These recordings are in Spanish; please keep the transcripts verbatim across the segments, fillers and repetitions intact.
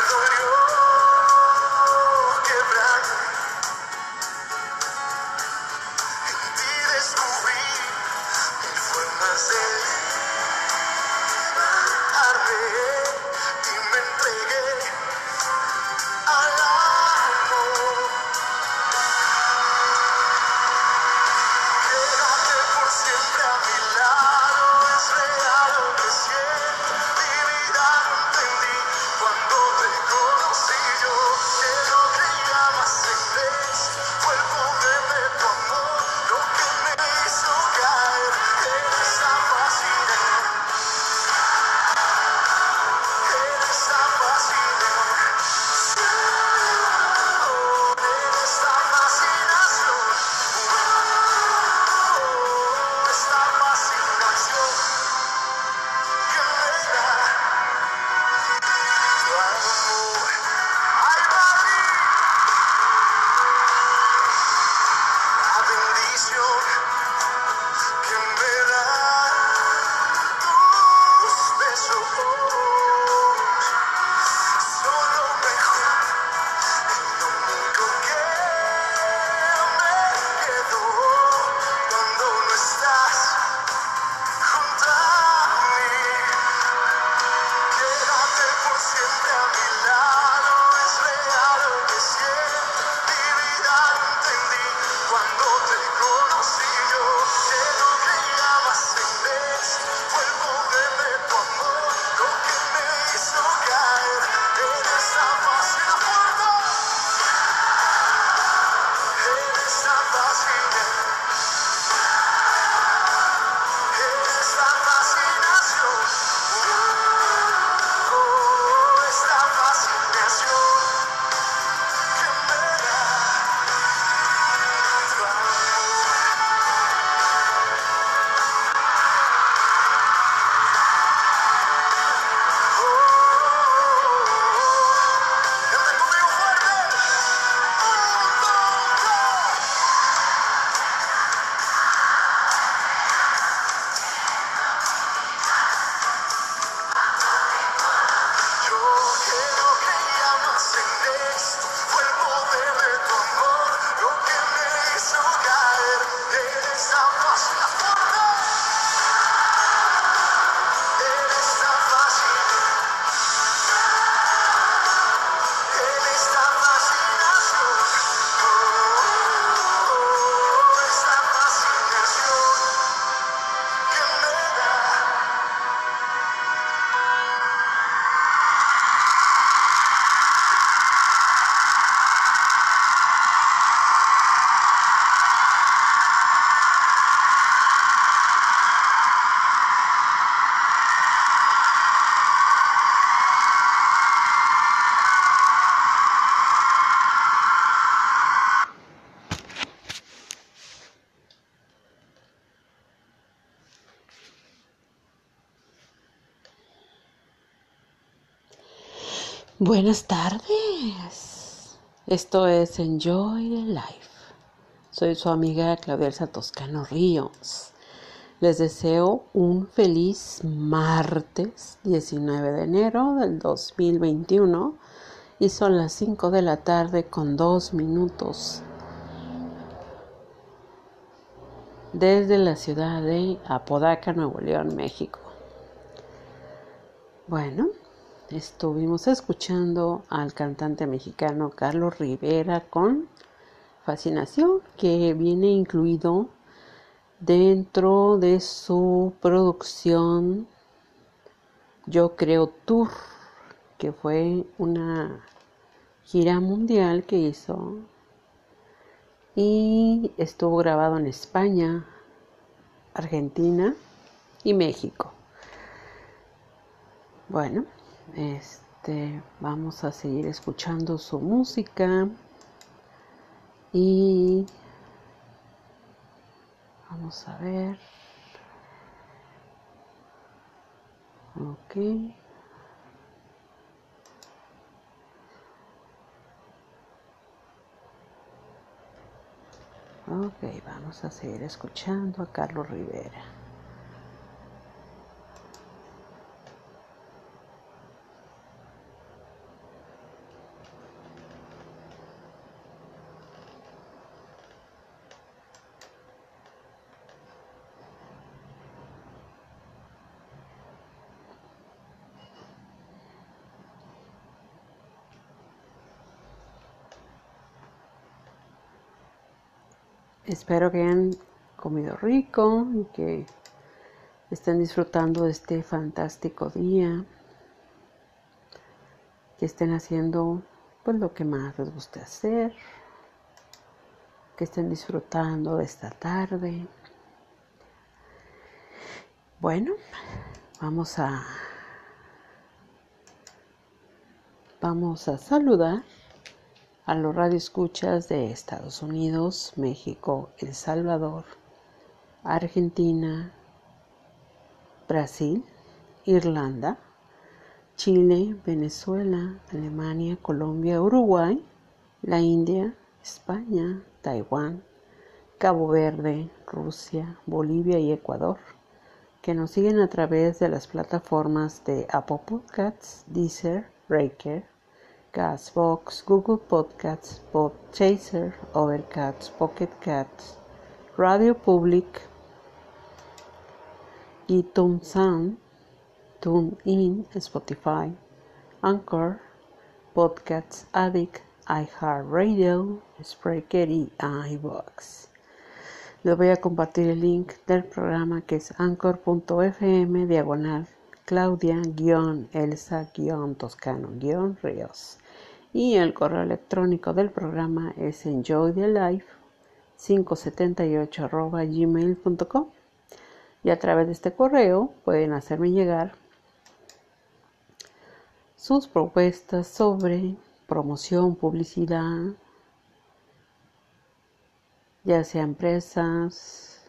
Buenas tardes, esto es Enjoy the Life. Soy su amiga Claudia Elsa Toscano Ríos. Les deseo un feliz martes diecinueve de enero del dos mil veintiuno y son las cinco de la tarde con dos minutos desde la ciudad de Apodaca, Nuevo León, México. Bueno, estuvimos escuchando al cantante mexicano Carlos Rivera con Fascinación, que viene incluido dentro de su producción Yo Creo Tour, que fue una gira mundial que hizo y estuvo grabado en España, Argentina y México. Bueno, este, vamos a seguir escuchando su música y vamos a ver. Ok. Ok, vamos a seguir escuchando a Carlos Rivera. Espero que hayan comido rico y que estén disfrutando de este fantástico día, que estén haciendo pues lo que más les guste hacer, que estén disfrutando de esta tarde. Bueno, vamos a vamos a saludar a los radioescuchas de Estados Unidos, México, El Salvador, Argentina, Brasil, Irlanda, Chile, Venezuela, Alemania, Colombia, Uruguay, la India, España, Taiwán, Cabo Verde, Rusia, Bolivia y Ecuador, que nos siguen a través de las plataformas de Apple Podcasts, Deezer, Breaker, Castbox, Google Podcasts, Podchaser, Overcast, Pocket Casts, Radio Public, iTunes Sound, TuneIn, Spotify, Anchor, Podcasts Addict, iHeartRadio, Spreaker y iVoox. Les voy a compartir el link del programa, que es anchor.fm diagonal Claudia-Elsa-Toscano-Ríos, y el correo electrónico del programa es enjoythelife quinientos setenta y ocho arroba gmail punto com, y a través de este correo pueden hacerme llegar sus propuestas sobre promoción, publicidad, ya sea empresas,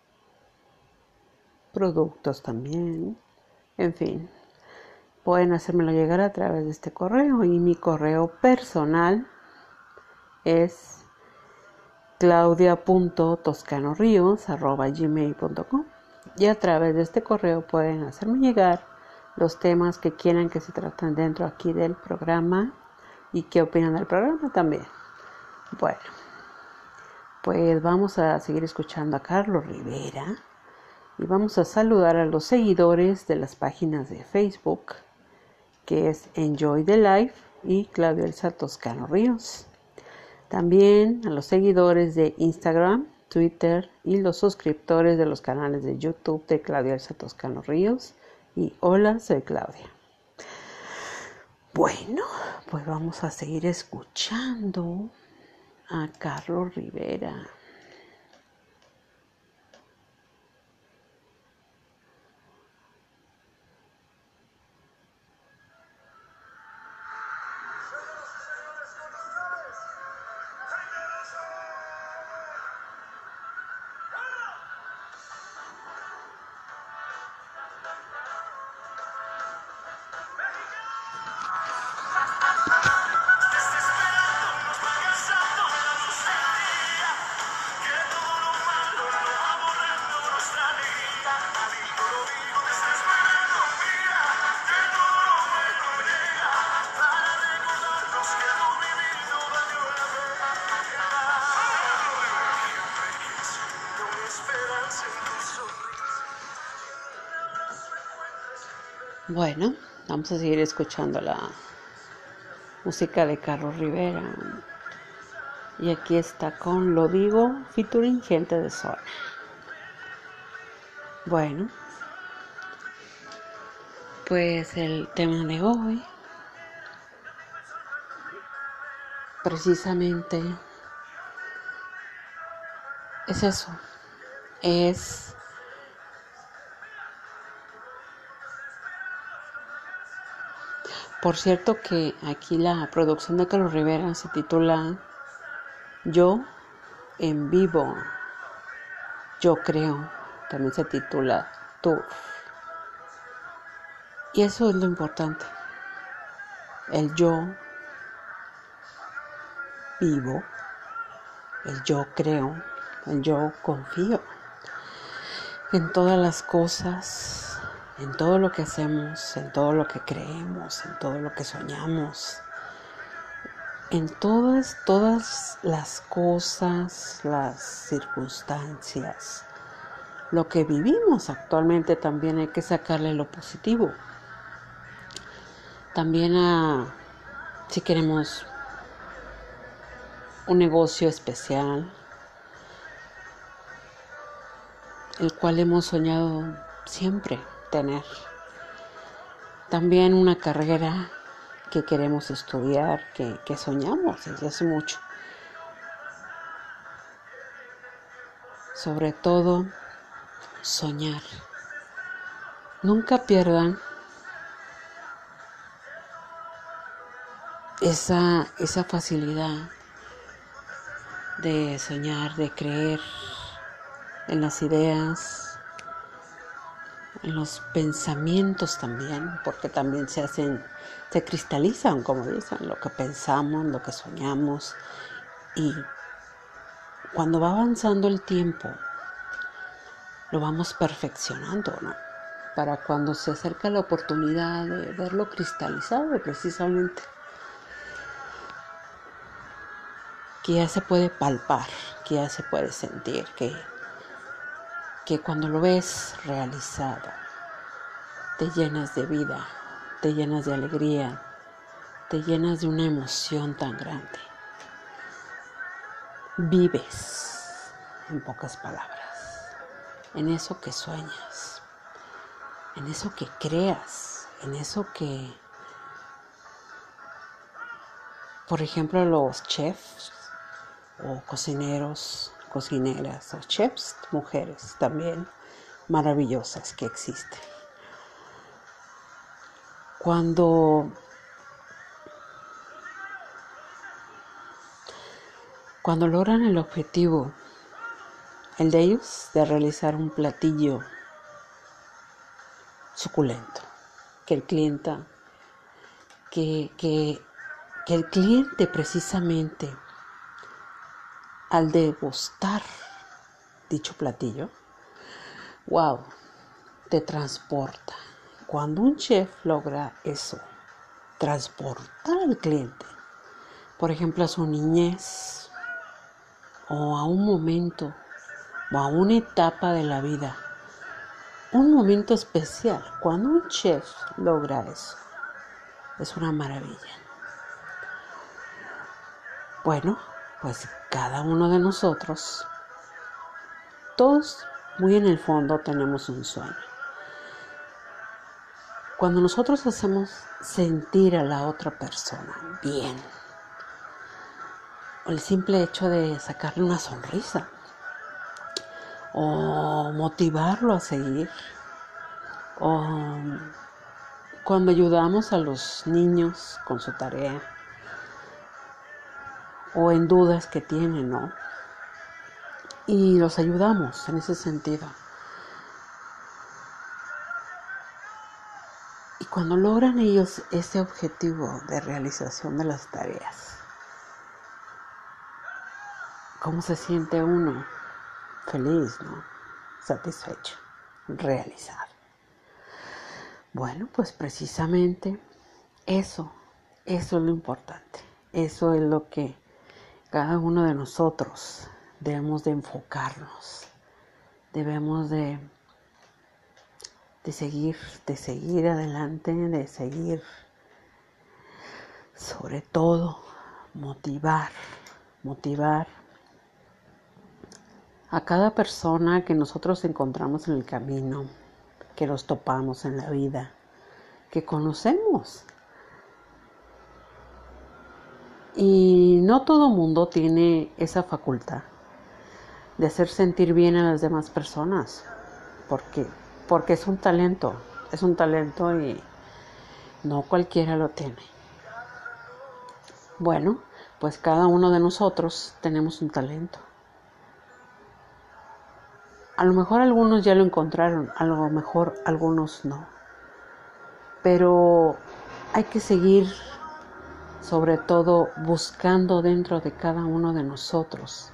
productos también, en fin, pueden hacérmelo llegar a través de este correo. Y mi correo personal es claudia punto toscano ríos arroba gmail punto com, y a través de este correo pueden hacerme llegar los temas que quieran que se traten dentro aquí del programa y qué opinan del programa también. Bueno, pues vamos a seguir escuchando a Carlos Rivera y vamos a saludar a los seguidores de las páginas de Facebook, que es Enjoy the Life y Claudia Elsa Toscano Ríos. También a los seguidores de Instagram, Twitter y los suscriptores de los canales de YouTube de Claudia Elsa Toscano Ríos y Hola, soy Claudia. Bueno, pues vamos a seguir escuchando a Carlos Rivera. Bueno, vamos a seguir escuchando la música de Carlos Rivera. Y aquí está con Lo Digo, featuring Gente de Zona. Bueno, pues el tema de hoy precisamente es eso. Es Por cierto que aquí la producción de Carlos Rivera se titula Yo en Vivo, Yo Creo. También se titula Tour. Y eso es lo importante. El yo vivo, el yo creo, el yo confío en todas las cosas, en todo lo que hacemos, en todo lo que creemos, en todo lo que soñamos, en todas, todas las cosas, las circunstancias, lo que vivimos actualmente. También hay que sacarle lo positivo. También a, si queremos un negocio especial, el cual hemos soñado siempre tener. También una carrera que queremos estudiar, que, que soñamos desde hace mucho. Sobre todo, soñar. Nunca pierdan esa, esa facilidad de soñar, de creer en las ideas, en los pensamientos también, porque también se hacen, se cristalizan, como dicen, lo que pensamos, lo que soñamos. Y cuando va avanzando el tiempo, lo vamos perfeccionando, ¿no? Para cuando se acerca la oportunidad de verlo cristalizado, precisamente, que ya se puede palpar, que ya se puede sentir, que, que cuando lo ves realizado, te llenas de vida, te llenas de alegría, te llenas de una emoción tan grande. Vives, en pocas palabras, en eso que sueñas, en eso que creas, en eso que, por ejemplo, los chefs o cocineros, cocineras o chefs, mujeres también maravillosas que existen. Cuando, cuando logran el objetivo, el de ellos, de realizar un platillo suculento, que el cliente, que, que, que el cliente precisamente al degustar dicho platillo, wow, te transporta. Cuando un chef logra eso, transportar al cliente, por ejemplo, a su niñez o a un momento o a una etapa de la vida, un momento especial, cuando un chef logra eso, es una maravilla. Bueno, pues cada uno de nosotros, todos muy en el fondo tenemos un sueño. Cuando nosotros hacemos sentir a la otra persona bien, o el simple hecho de sacarle una sonrisa, o motivarlo a seguir, o cuando ayudamos a los niños con su tarea, o en dudas que tienen, ¿no? Y los ayudamos en ese sentido. Y cuando logran ellos ese objetivo de realización de las tareas, ¿cómo se siente uno? Feliz, ¿no? Satisfecho, realizado. Bueno, pues precisamente eso, eso es lo importante. Eso es lo que cada uno de nosotros debemos de enfocarnos. Debemos de, de seguir, de seguir adelante, de seguir, sobre todo, motivar, motivar a cada persona que nosotros encontramos en el camino, que los topamos en la vida, que conocemos. Y no todo mundo tiene esa facultad de hacer sentir bien a las demás personas, porque, porque es un talento, es un talento y no cualquiera lo tiene. Bueno, pues cada uno de nosotros tenemos un talento. A lo mejor algunos ya lo encontraron, a lo mejor algunos no. Pero hay que seguir, sobre todo, buscando dentro de cada uno de nosotros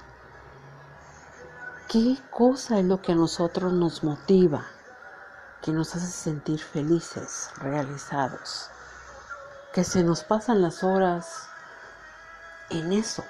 qué cosa es lo que a nosotros nos motiva, que nos hace sentir felices, realizados, que se nos pasan las horas en eso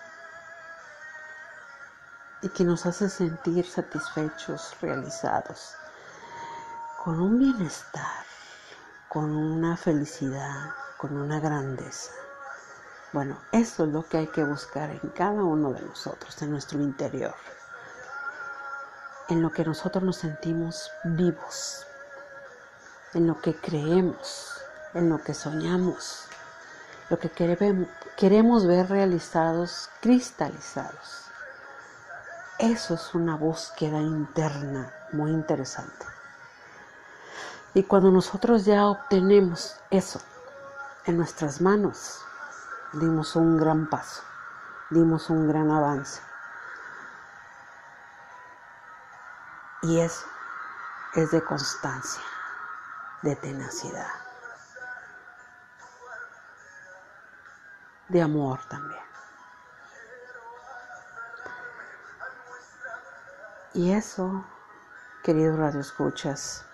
y que nos hace sentir satisfechos, realizados, con un bienestar, con una felicidad, con una grandeza. Bueno, eso es lo que hay que buscar en cada uno de nosotros, en nuestro interior. en lo que nosotros nos sentimos vivos, en lo que creemos, en lo que soñamos, lo que queremos, queremos ver realizados, cristalizados. Eso es una búsqueda interna muy interesante. Y cuando nosotros ya obtenemos eso en nuestras manos, dimos un gran paso, dimos un gran avance. Y eso es de constancia, de tenacidad, de amor también. Y eso, queridos radioescuchas,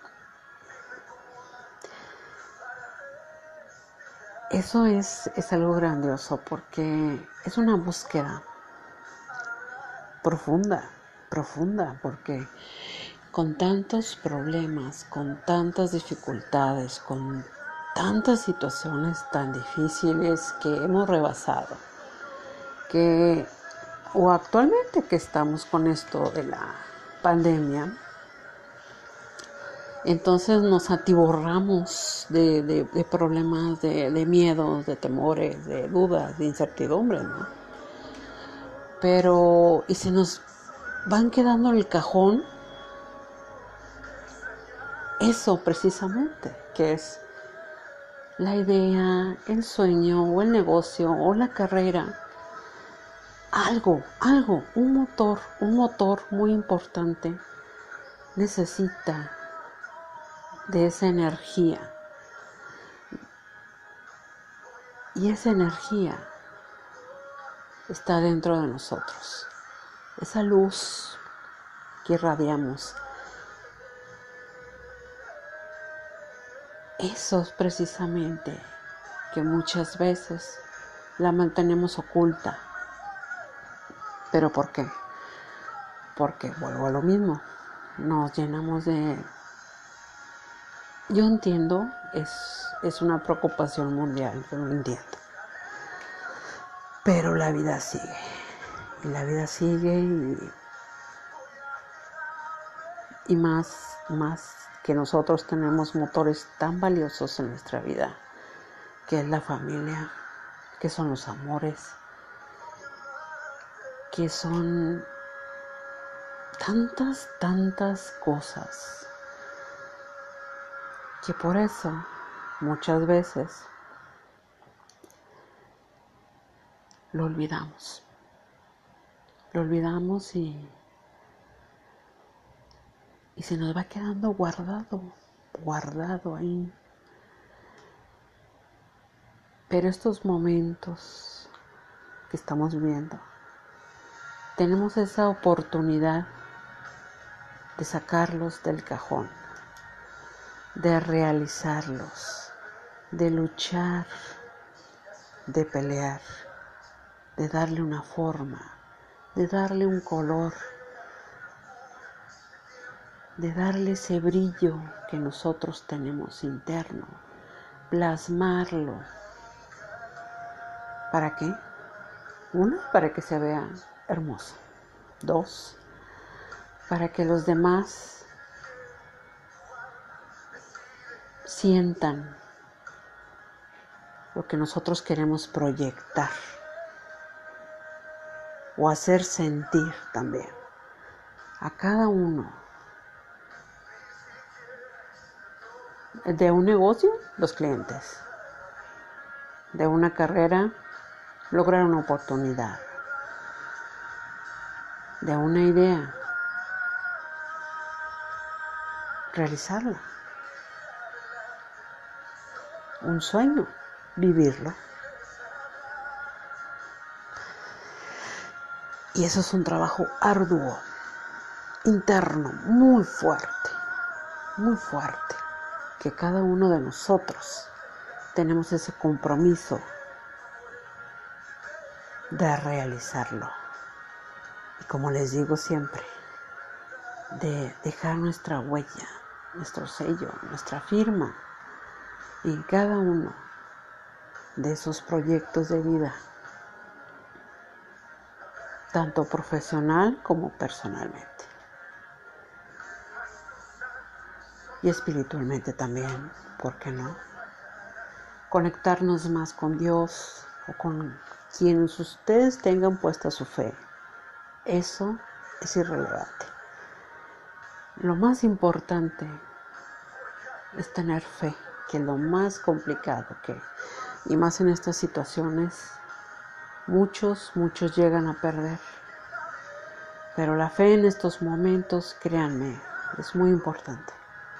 eso es, es algo grandioso porque es una búsqueda profunda, profunda, porque con tantos problemas, con tantas dificultades, con tantas situaciones tan difíciles que hemos rebasado, que o actualmente que estamos con esto de la pandemia, entonces nos atiborramos de, de, de problemas, de, de miedos, de temores, de dudas, de incertidumbres, ¿no? Pero, y se nos van quedando en el cajón eso precisamente, que es la idea, el sueño o el negocio o la carrera. Algo, algo, un motor, un motor muy importante necesita de esa energía. Y esa energía está dentro de nosotros. Esa luz que irradiamos. Eso es precisamente que muchas veces la mantenemos oculta. ¿Pero por qué? Porque vuelvo a lo mismo. Nos llenamos de... Yo entiendo, es, es una preocupación mundial, yo lo entiendo. Pero la vida sigue. Y la vida sigue y, y más, más que nosotros tenemos motores tan valiosos en nuestra vida, que es la familia, que son los amores, que son tantas, tantas cosas, que por eso muchas veces lo olvidamos. Lo olvidamos y, y se nos va quedando guardado, guardado ahí. Pero estos momentos que estamos viviendo, tenemos esa oportunidad de sacarlos del cajón, de realizarlos, de luchar, de pelear, de darle una forma, de darle un color, de darle ese brillo que nosotros tenemos interno, plasmarlo. ¿Para qué? Uno, para que se vea hermoso. Dos, para que los demás sientan lo que nosotros queremos proyectar o hacer sentir también a cada uno. De un negocio, los clientes. De una carrera, lograr una oportunidad. De una idea, realizarla. Un sueño, vivirlo. Y eso es un trabajo arduo, interno, muy fuerte, muy fuerte, que cada uno de nosotros tenemos ese compromiso de realizarlo. Y como les digo siempre, de dejar nuestra huella, nuestro sello, nuestra firma en cada uno de esos proyectos de vida, tanto profesional como personalmente. y espiritualmente también, ¿por qué no? Conectarnos más con Dios o con quienes ustedes tengan puesta su fe. Eso es irrelevante. Lo más importante es tener fe, que es lo más complicado que, y más en estas situaciones, muchos, muchos llegan a perder. Pero la fe en estos momentos, créanme, es muy importante.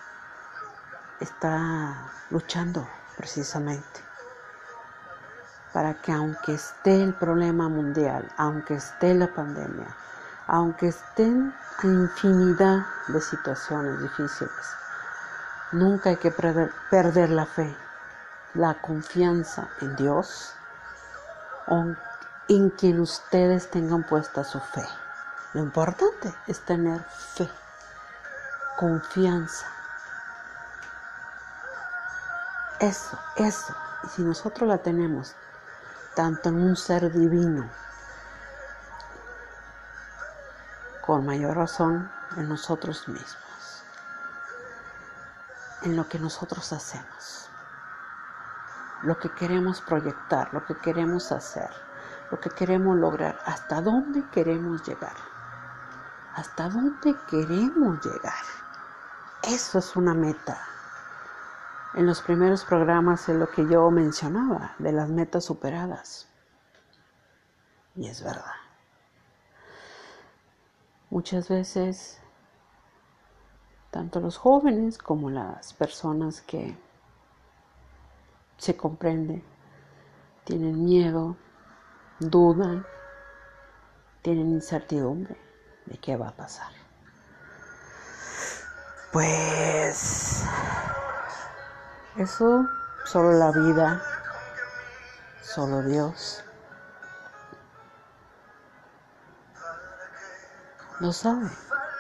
Está luchando precisamente para que aunque esté el problema mundial, aunque esté la pandemia, aunque estén infinidad de situaciones difíciles, nunca hay que perder, perder la fe, la confianza en Dios o en quien ustedes tengan puesta su fe. Lo importante es tener fe, confianza. Eso, eso. Y si nosotros la tenemos tanto en un ser divino, con mayor razón en nosotros mismos, en lo que nosotros hacemos, lo que queremos proyectar, lo que queremos hacer, lo que queremos lograr, hasta dónde queremos llegar, hasta dónde queremos llegar. Eso es una meta. En los primeros programas es lo que yo mencionaba, de las metas superadas. Y es verdad. Muchas veces, tanto los jóvenes como las personas que se comprenden, tienen miedo, dudan, tienen incertidumbre de qué va a pasar. Pues eso solo la vida, solo Dios lo sabe.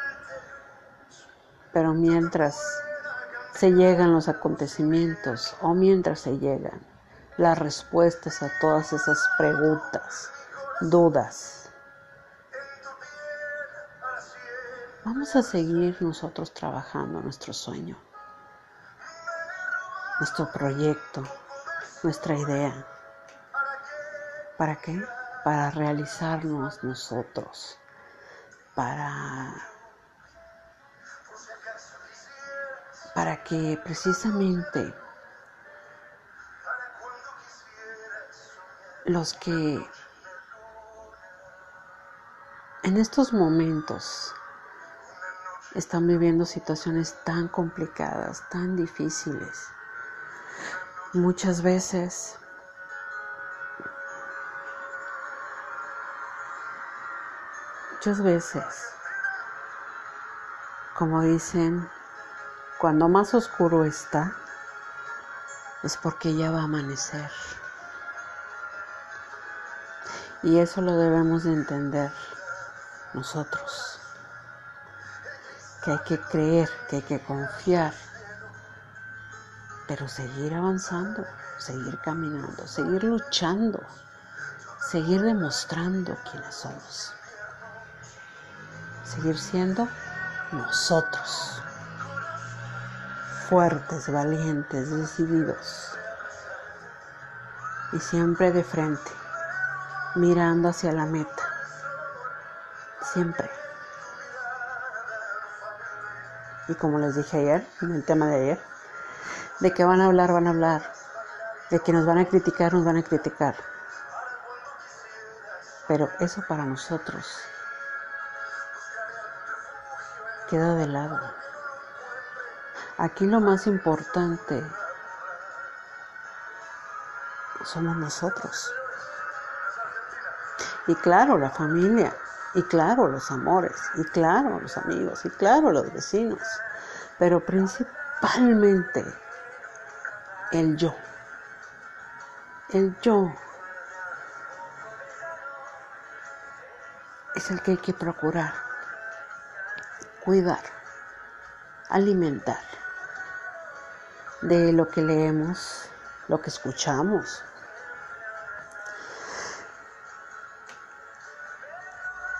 Pero mientras se llegan los acontecimientos o mientras se llegan las respuestas a todas esas preguntas, dudas, vamos a seguir nosotros trabajando nuestro sueño, nuestro proyecto, nuestra idea. ¿Para qué? Para realizarnos nosotros, para, para que precisamente los que en estos momentos están viviendo situaciones tan complicadas, tan difíciles, muchas veces muchas veces, como dicen, cuando más oscuro está, es porque ya va a amanecer. Y eso lo debemos de entender nosotros, que hay que creer, que hay que confiar, pero seguir avanzando, seguir caminando, seguir luchando, seguir demostrando quiénes somos, seguir siendo nosotros, fuertes, valientes, decididos y siempre de frente, mirando hacia la meta, siempre. Y como les dije ayer, en el tema de ayer, de que van a hablar, van a hablar, de que nos van a criticar, nos van a criticar. Pero eso para nosotros queda de lado. Aquí lo más importante somos nosotros. Y claro, la familia, y claro, los amores, y claro, los amigos, y claro, los vecinos. Pero principalmente el yo. El yo es el que hay que procurar, cuidar, alimentar de lo que leemos, lo que escuchamos.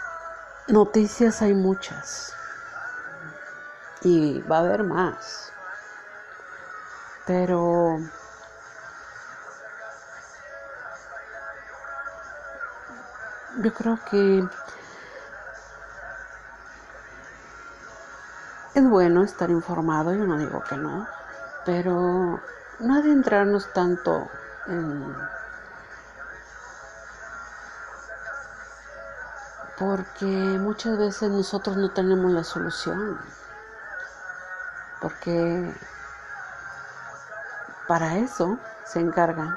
Noticias hay muchas y va a haber más. Pero yo creo que es bueno estar informado, yo no digo que no, pero no adentrarnos tanto en... porque muchas veces nosotros no tenemos la solución, porque para eso se encargan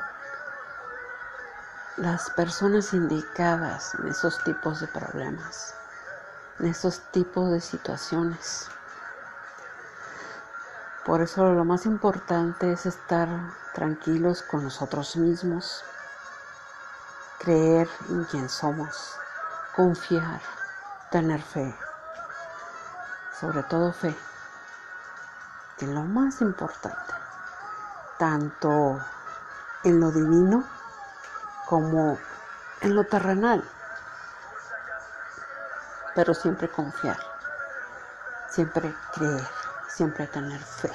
las personas indicadas en esos tipos de problemas, en esos tipos de situaciones. Por eso lo más importante es estar tranquilos con nosotros mismos, creer en quién somos, confiar, tener fe, sobre todo fe, que es lo más importante, tanto en lo divino como en lo terrenal, pero siempre confiar, siempre creer, siempre tener fe.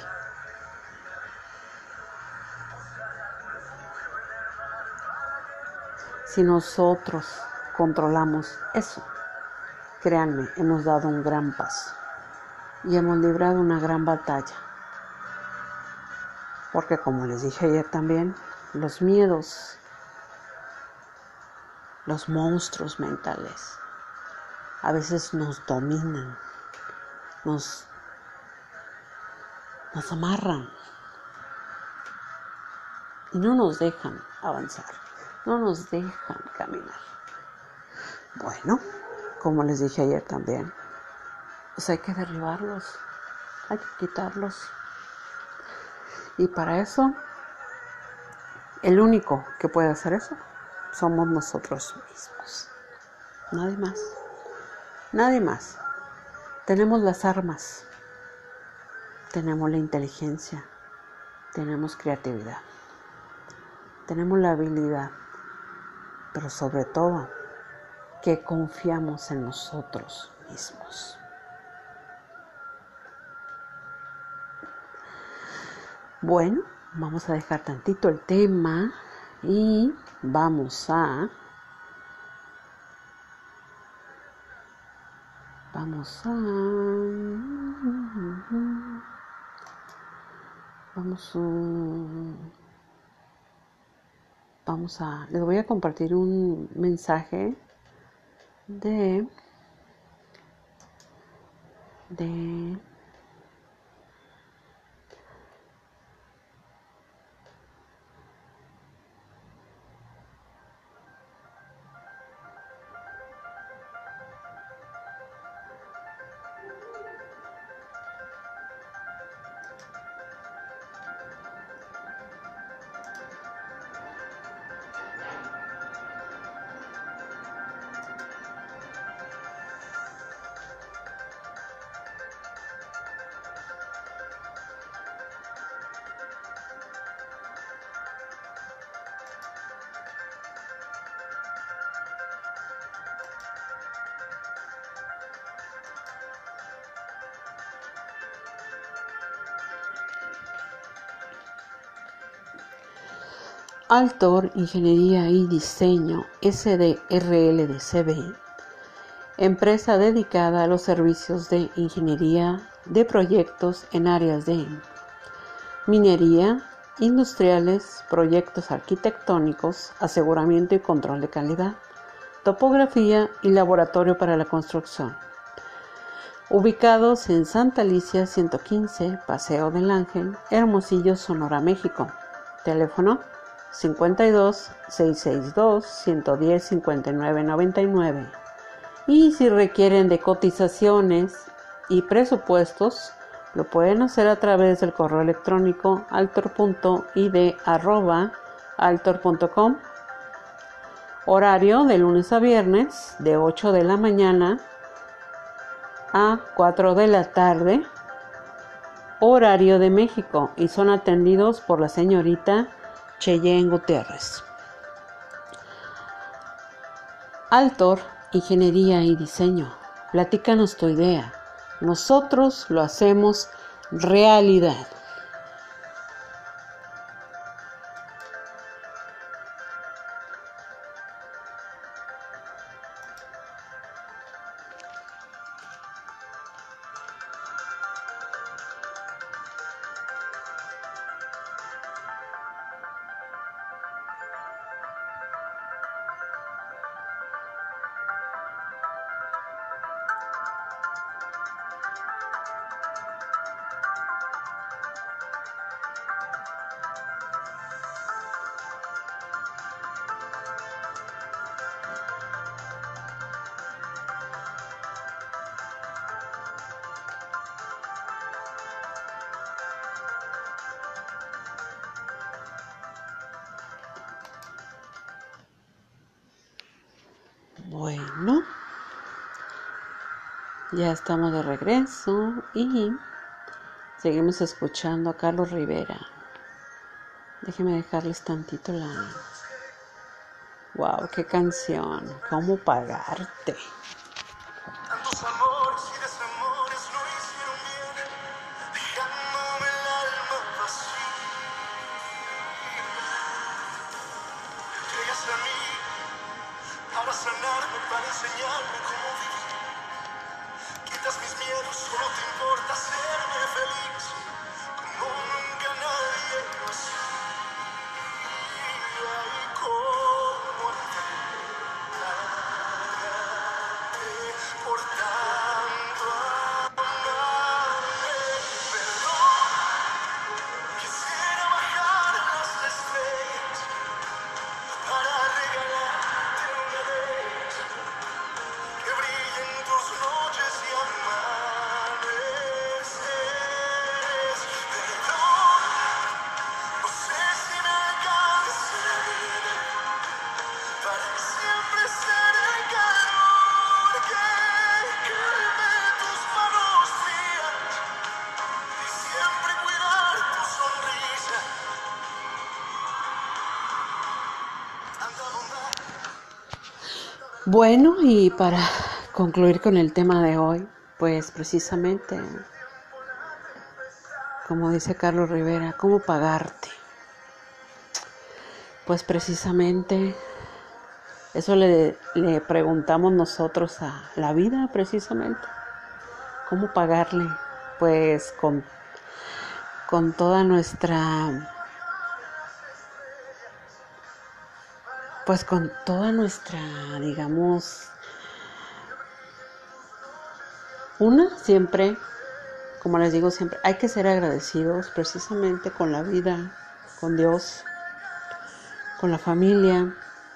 Si nosotros controlamos eso, créanme, hemos dado un gran paso y hemos librado una gran batalla. Porque como les dije ayer también, los miedos, los monstruos mentales, a veces nos dominan, nos, nos amarran y no nos dejan avanzar, no nos dejan caminar. Bueno, como les dije ayer también, pues hay que derribarlos, hay que quitarlos. Y para eso, el único que puede hacer eso somos nosotros mismos. Nadie más. Nadie más. Tenemos las armas. Tenemos la inteligencia. Tenemos creatividad. Tenemos la habilidad. Pero sobre todo, que confiamos en nosotros mismos. Bueno, vamos a dejar tantito el tema y vamos a vamos a vamos a vamos a les voy a compartir un mensaje de de Altor Ingeniería y Diseño S D R L de C B, empresa dedicada a los servicios de ingeniería de proyectos en áreas de minería, industriales, proyectos arquitectónicos, aseguramiento y control de calidad, topografía y laboratorio para la construcción. Ubicados en Santa Alicia ciento quince, Paseo del Ángel, Hermosillo, Sonora, México. Teléfono cincuenta y dos, seiscientos sesenta y dos, ciento diez, cincuenta y nueve noventa y nueve. Y si requieren de cotizaciones y presupuestos, lo pueden hacer a través del correo electrónico altor punto i d arroba altor punto com. Horario de lunes a viernes de ocho de la mañana a cuatro de la tarde, horario de México, y son atendidos por la señorita Cheyenne Gutiérrez. Altor, Ingeniería y Diseño. Platícanos tu idea. Nosotros lo hacemos realidad. Bueno, ya estamos de regreso y seguimos escuchando a Carlos Rivera. Déjenme dejarles tantito la... ¡Wow! ¡Qué canción! ¿Cómo pagarte? Tantos amores y desamores no hicieron bien, dejándome el alma vacía. Llegas a mí para sanarme, para enseñarme cómo vivir. Quitas mis miedos, solo te importa hacerme feliz, como nunca nadie lo hacía. Y cómo pagarte por tanto amarme. Perdón, quisiera bajar las estrellas para regalarte una vez que brillen tus noches y amaneceres. Perdón, no sé si me alcance la vida para siempre ser el calor que calme tus manos frías y siempre cuidar tu sonrisa. Tanta bondad. Bueno, y para concluir con el tema de hoy, pues precisamente, como dice Carlos Rivera, ¿cómo pagarte? Pues precisamente eso le, le preguntamos nosotros a la vida, precisamente. ¿Cómo pagarle? Pues con, con toda nuestra... Pues con toda nuestra, digamos... Una, siempre, como les digo siempre, hay que ser agradecidos precisamente con la vida, con Dios, con la familia,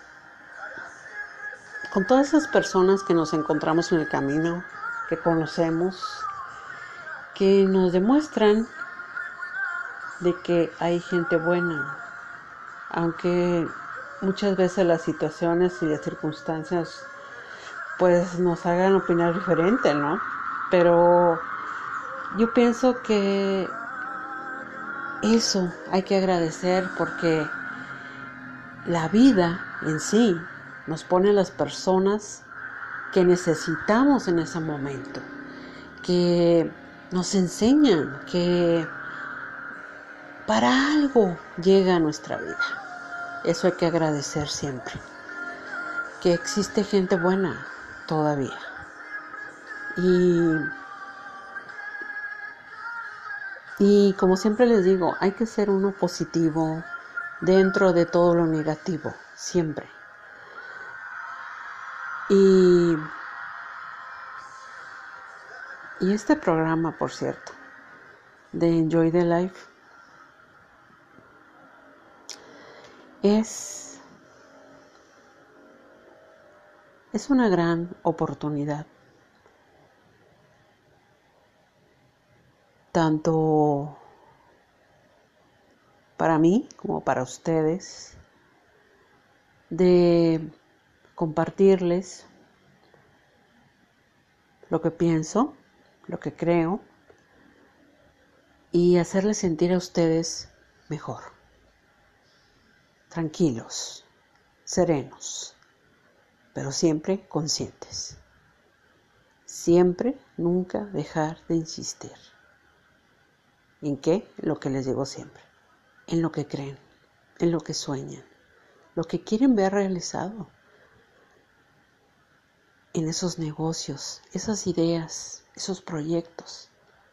con todas esas personas que nos encontramos en el camino, que conocemos, que nos demuestran de que hay gente buena, aunque muchas veces las situaciones y las circunstancias pues nos hagan opinar diferente, ¿no? Pero yo pienso que eso hay que agradecer porque la vida en sí nos pone a las personas que necesitamos en ese momento, que nos enseñan que para algo llega a nuestra vida. Eso hay que agradecer siempre, que existe gente buena todavía. Y, y como siempre les digo, hay que ser uno positivo dentro de todo lo negativo, siempre. Y, y este programa, por cierto, de Enjoy the Life, es, es una gran oportunidad, tanto para mí como para ustedes, de compartirles lo que pienso, lo que creo y hacerles sentir a ustedes mejor, tranquilos, serenos, pero siempre conscientes. Siempre, nunca dejar de insistir. ¿En qué? Lo que les digo siempre. En lo que creen, en lo que sueñan, lo que quieren ver realizado. En esos negocios, esas ideas, esos proyectos.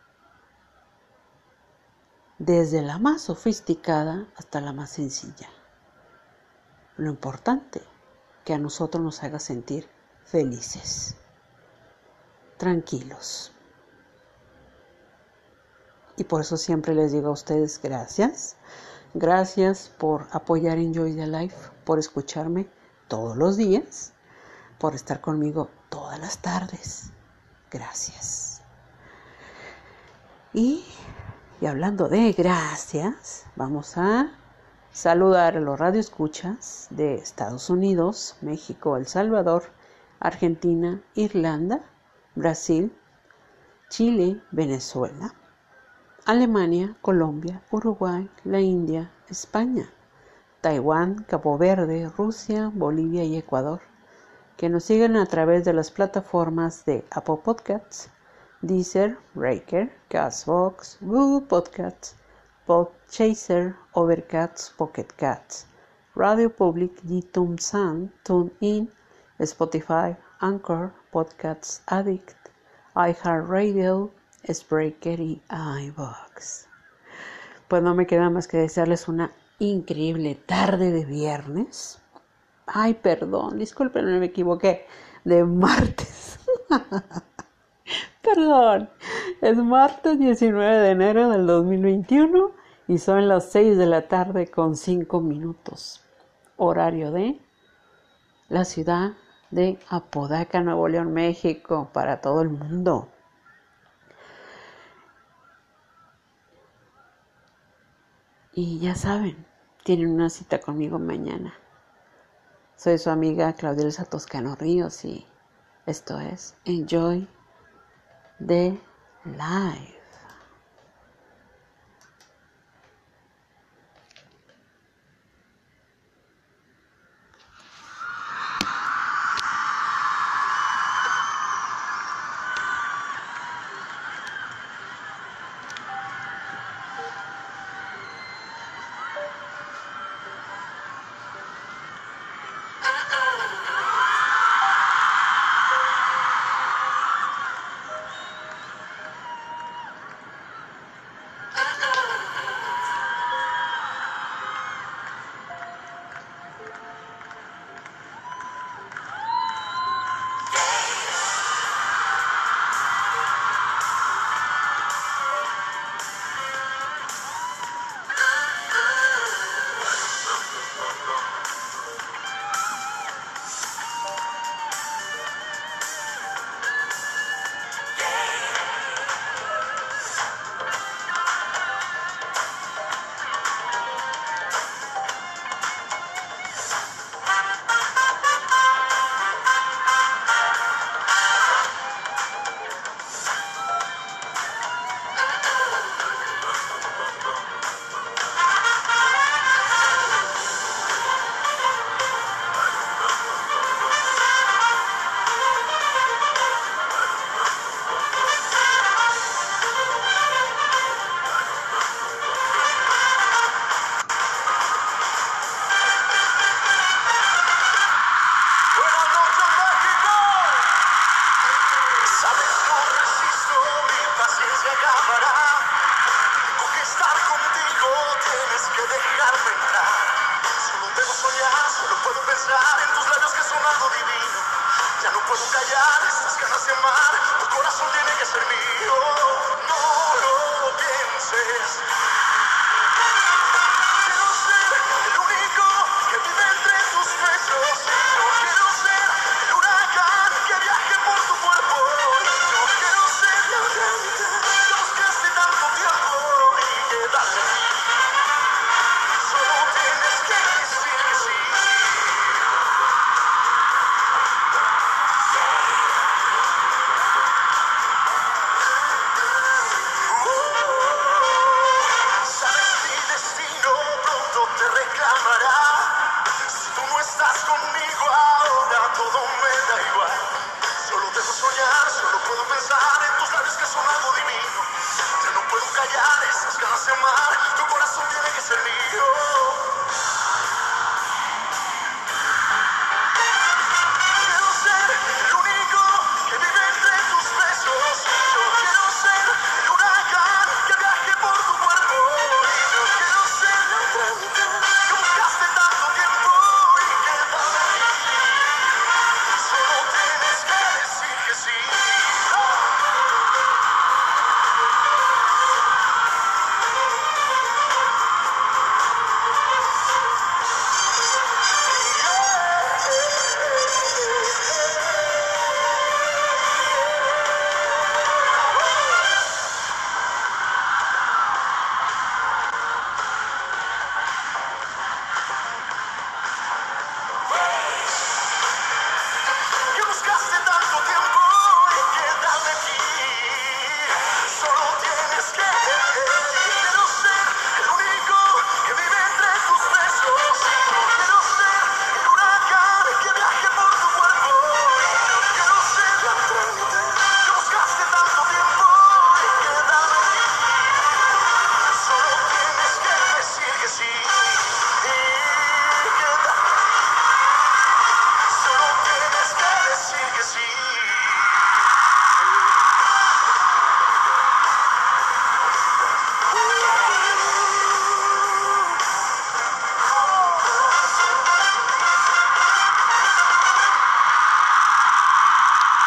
Desde la más sofisticada hasta la más sencilla. Lo importante, que a nosotros nos haga sentir felices, tranquilos. Y por eso siempre les digo a ustedes gracias. Gracias por apoyar Enjoy the Life, por escucharme todos los días, por estar conmigo todas las tardes. Gracias. Y, y hablando de gracias, vamos a saludar a los radioescuchas de Estados Unidos, México, El Salvador, Argentina, Irlanda, Brasil, Chile, Venezuela, Alemania, Colombia, Uruguay, la India, España, Taiwán, Cabo Verde, Rusia, Bolivia y Ecuador, que nos siguen a través de las plataformas de Apple Podcasts, Deezer, Breaker, Castbox, Google Podcasts, Podchaser, Overcast, Pocket Casts, Radio Public, iTunes, TuneIn, Spotify, Anchor, Podcasts Addict, iHeartRadio, Spreaker y iVoox. Pues no me queda más que desearles una increíble tarde de viernes. Ay, perdón, disculpen, me equivoqué. De martes. Perdón. Es martes diecinueve de enero del dos mil veintiuno y son las seis de la tarde con cinco minutos. Horario de la ciudad de Apodaca, Nuevo León, México, para todo el mundo. Y ya saben, tienen una cita conmigo mañana. Soy su amiga Claudelsa Toscano Ríos y esto es Enjoy the Life. Tu corazón tiene que ser mío, no lo pienses.